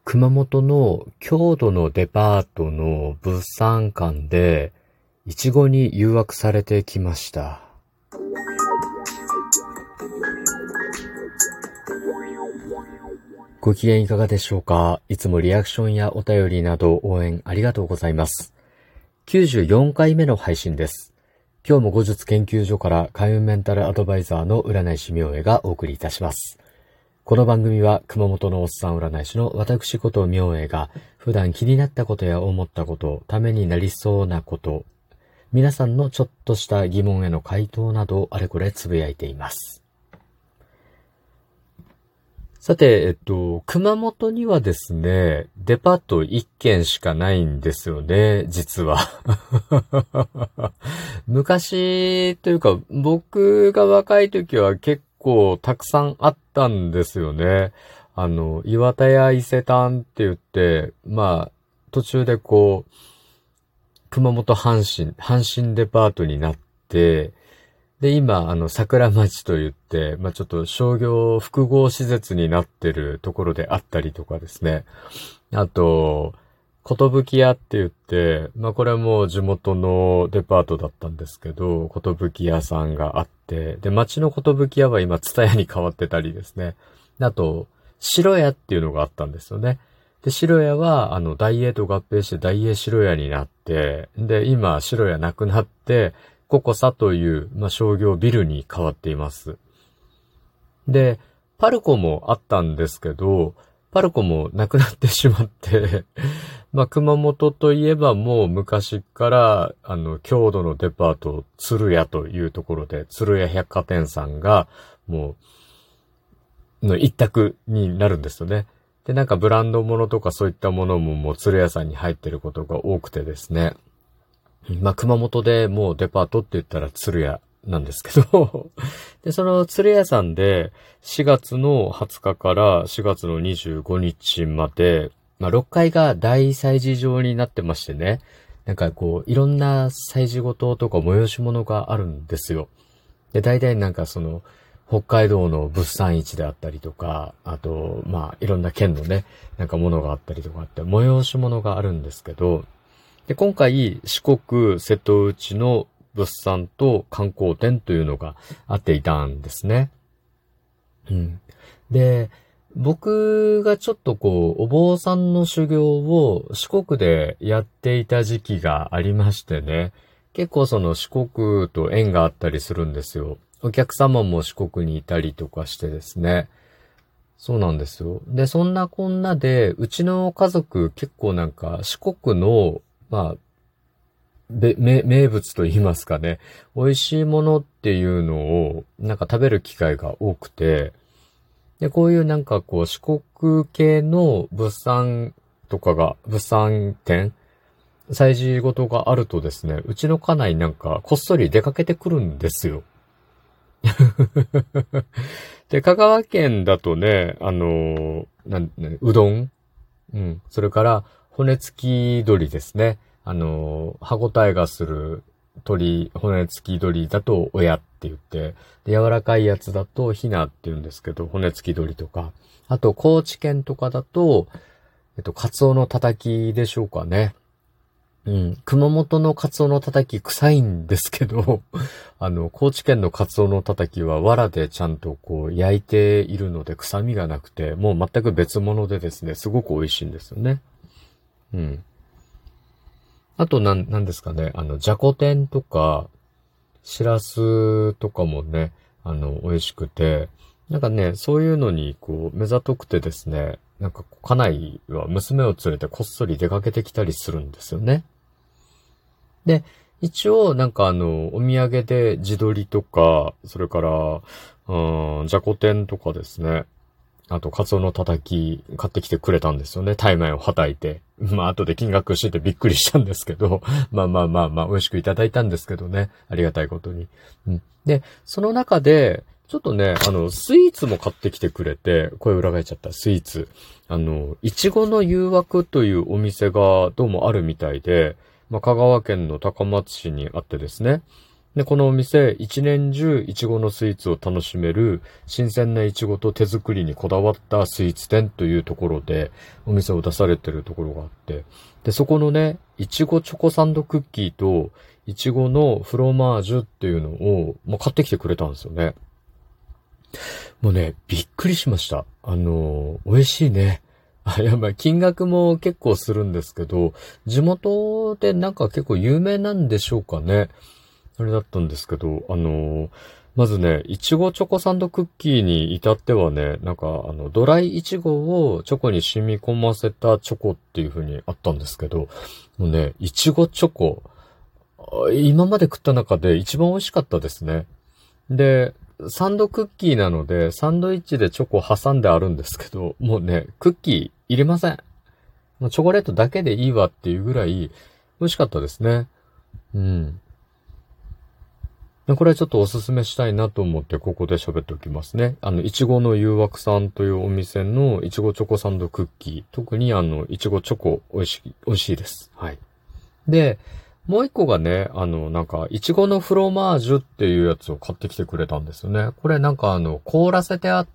熊本の郷土のデパートの物産館で、いちごに誘惑されてきました。ご機嫌いかがでしょうか？いつもリアクションやお便りなど応援ありがとうございます。94回目の配信です。今日も後日研究所から開運メンタルアドバイザーの占い師明恵がお送りいたします。この番組は熊本のおっさん占い師の私こと明恵が普段気になったことや思ったこと、ためになりそうなこと、皆さんのちょっとした疑問への回答などあれこれつぶやいています。さて、熊本にはですね、デパート1軒しかないんですよね、実は。昔というか、僕が若い時は結構たくさんあったんですよね。岩田屋伊勢丹って言って、途中で熊本阪神デパートになって、で、今、桜町と言って、ちょっと商業複合施設になってるところであったりとかですね。あと、寿屋って言って、これも地元のデパートだったんですけど、寿屋さんがあって、で、町の寿屋は今、蔦屋に変わってたりですね。あと、白屋っていうのがあったんですよね。で、白屋は、大栄と合併して大栄白屋になって、で、今、白屋なくなって、ココサという、商業ビルに変わっています。で、パルコもあったんですけど、パルコもなくなってしまって、熊本といえばもう昔から、郷土のデパート、鶴屋というところで、鶴屋百貨店さんが、もう、の一択になるんですよね。で、ブランド物とかそういったものももう鶴屋さんに入ってることが多くてですね。熊本でもうデパートって言ったら鶴屋なんですけどで、その鶴屋さんで4月の20日から4月の25日まで、6階が大催事場になってましてね、いろんな催事事とか催し物があるんですよ。で、大体北海道の物産市であったりとか、あと、いろんな県のね、ものがあったりとかって、催し物があるんですけど、で、今回、四国、瀬戸内の物産と観光展というのがあっていたんですね。で、僕がちょっとお坊さんの修行を四国でやっていた時期がありましてね、結構四国と縁があったりするんですよ。お客様も四国にいたりとかしてですね。そうなんですよ。で、そんなこんなで、うちの家族結構四国の名物と言いますかね。美味しいものっていうのを、食べる機会が多くて、で、こういう四国系の物産展、催事事があるとですね、うちの家内こっそり出かけてくるんですよ。で、香川県だとね、うどん、それから、骨付き鶏ですね。歯ごたえがする骨付き鶏だと親って言って、で柔らかいやつだとひなって言うんですけど、骨付き鶏とか、あと高知県とかだと、カツオのたたきでしょうかね。熊本のカツオのたたき臭いんですけど、高知県のカツオのたたきは藁でちゃんと焼いているので臭みがなくて、もう全く別物でですね、すごく美味しいんですよね。あとなんですかね、じゃこ天とか、しらすとかもね、美味しくて、そういうのに目ざとくてですね、家内は娘を連れてこっそり出かけてきたりするんですよね。で、一応お土産で地鶏とか、それから、じゃこ天とかですね、あと、カツオのたたき買ってきてくれたんですよね。タイ米をはたいて。後で金額しててびっくりしたんですけど、美味しくいただいたんですけどね。ありがたいことに。で、その中で、ちょっとね、スイーツも買ってきてくれて、声裏返っちゃった、スイーツ。いちごの誘惑というお店がどうもあるみたいで、香川県の高松市にあってですね。 で、このお店、一年中いちごのスイーツを楽しめる、新鮮ないちごと手作りにこだわったスイーツ店というところで、お店を出されてるところがあって、で、そこのね、いちごチョコサンドクッキーと、いちごのフロマージュっていうのを、買ってきてくれたんですよね。もうね、びっくりしました。美味しいね。金額も結構するんですけど、地元でなんか結構有名なんでしょうかね。あれだったんですけど、まずね、いちごチョコサンドクッキーに至ってはね、なんかドライいちごをチョコに染み込ませたチョコっていう風にあったんですけど、もうね、いちごチョコ、今まで食った中で一番美味しかったですね。で、サンドクッキーなので、サンドイッチでチョコ挟んであるんですけど、もうね、クッキーいりません。もうチョコレートだけでいいわっていうぐらい美味しかったですね。うん。これはちょっとおすすめしたいなと思ってここで喋っておきますね。いちごの誘惑さんというお店のいちごチョコサンドクッキー。特にいちごチョコ美味しいです。はい。で、もう一個がね、なんか、いちごのフロマージュっていうやつを買ってきてくれたんですよね。これなんか凍らせてあって、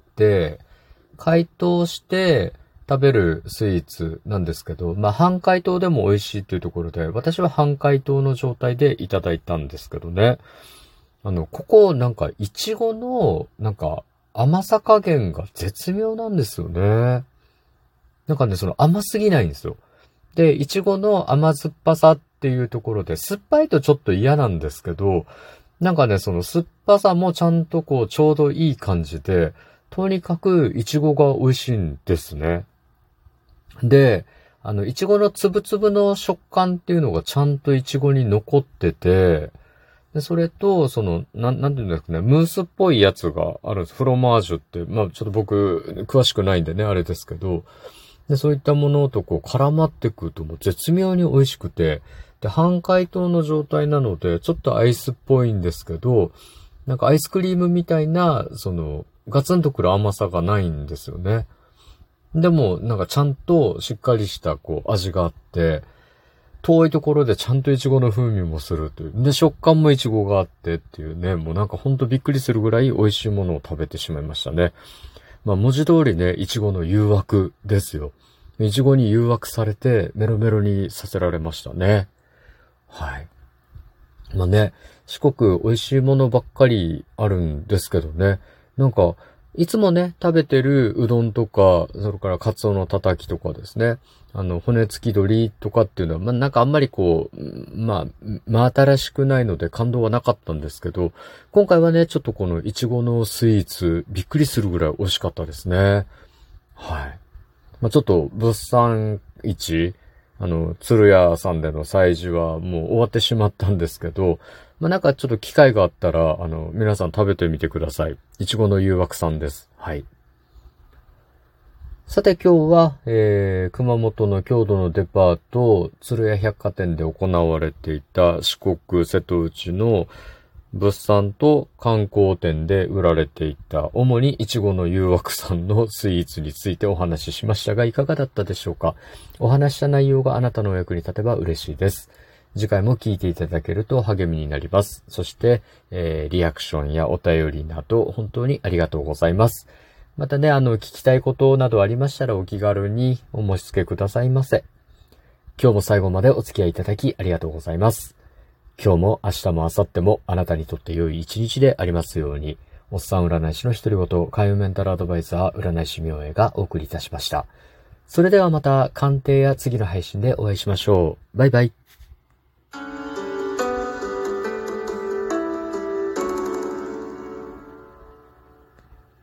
解凍して食べるスイーツなんですけど、半解凍でも美味しいっていうところで、私は半解凍の状態でいただいたんですけどね。ここなんか、いちごの、なんか、甘さ加減が絶妙なんですよね。なんかね、甘すぎないんですよ。で、いちごの甘酸っぱさっていうところで、酸っぱいとちょっと嫌なんですけど、なんかね、酸っぱさもちゃんとちょうどいい感じで、とにかくいちごが美味しいんですね。で、いちごのつぶつぶの食感っていうのがちゃんといちごに残ってて、で、それと、なんていうんですかね、ムースっぽいやつがあるんです。フロマージュって、ちょっと僕、詳しくないんでね、あれですけど、で、そういったものと絡まってくるともう絶妙に美味しくて、で、半解凍の状態なので、ちょっとアイスっぽいんですけど、なんかアイスクリームみたいな、ガツンとくる甘さがないんですよね。でも、なんかちゃんとしっかりした味があって、遠いところでちゃんとイチゴの風味もするという。で、食感もイチゴがあってっていうね、もうなんかほんとびっくりするぐらい美味しいものを食べてしまいましたね。文字通りね、イチゴの誘惑ですよ。イチゴに誘惑されてメロメロにさせられましたね。はい。ね、四国美味しいものばっかりあるんですけどね。なんか、いつもね、食べてるうどんとか、それからカツオのたたきとかですね。骨付き鶏とかっていうのは、なんかあんまり真新しくないので感動はなかったんですけど、今回はね、ちょっとこのいちごのスイーツ、びっくりするぐらい美味しかったですね。はい。ちょっと物産市、鶴屋さんでの催事はもう終わってしまったんですけど、なんかちょっと機会があったら、皆さん食べてみてください。いちごの誘惑さんです。はい。さて今日は、熊本の郷土のデパート、鶴屋百貨店で行われていた四国瀬戸内の物産と観光店で売られていた、主にいちごの誘惑さんのスイーツについてお話ししましたが、いかがだったでしょうか。お話した内容があなたのお役に立てば嬉しいです。次回も聞いていただけると励みになります。そして、リアクションやお便りなど本当にありがとうございます。またね、聞きたいことなどありましたらお気軽にお申し付けくださいませ。今日も最後までお付き合いいただきありがとうございます。今日も明日も明後日もあなたにとって良い一日でありますように、おっさん占い師の独り言、開運メンタルアドバイザー占い師明恵がお送りいたしました。それではまた鑑定や次の配信でお会いしましょう。バイバイ。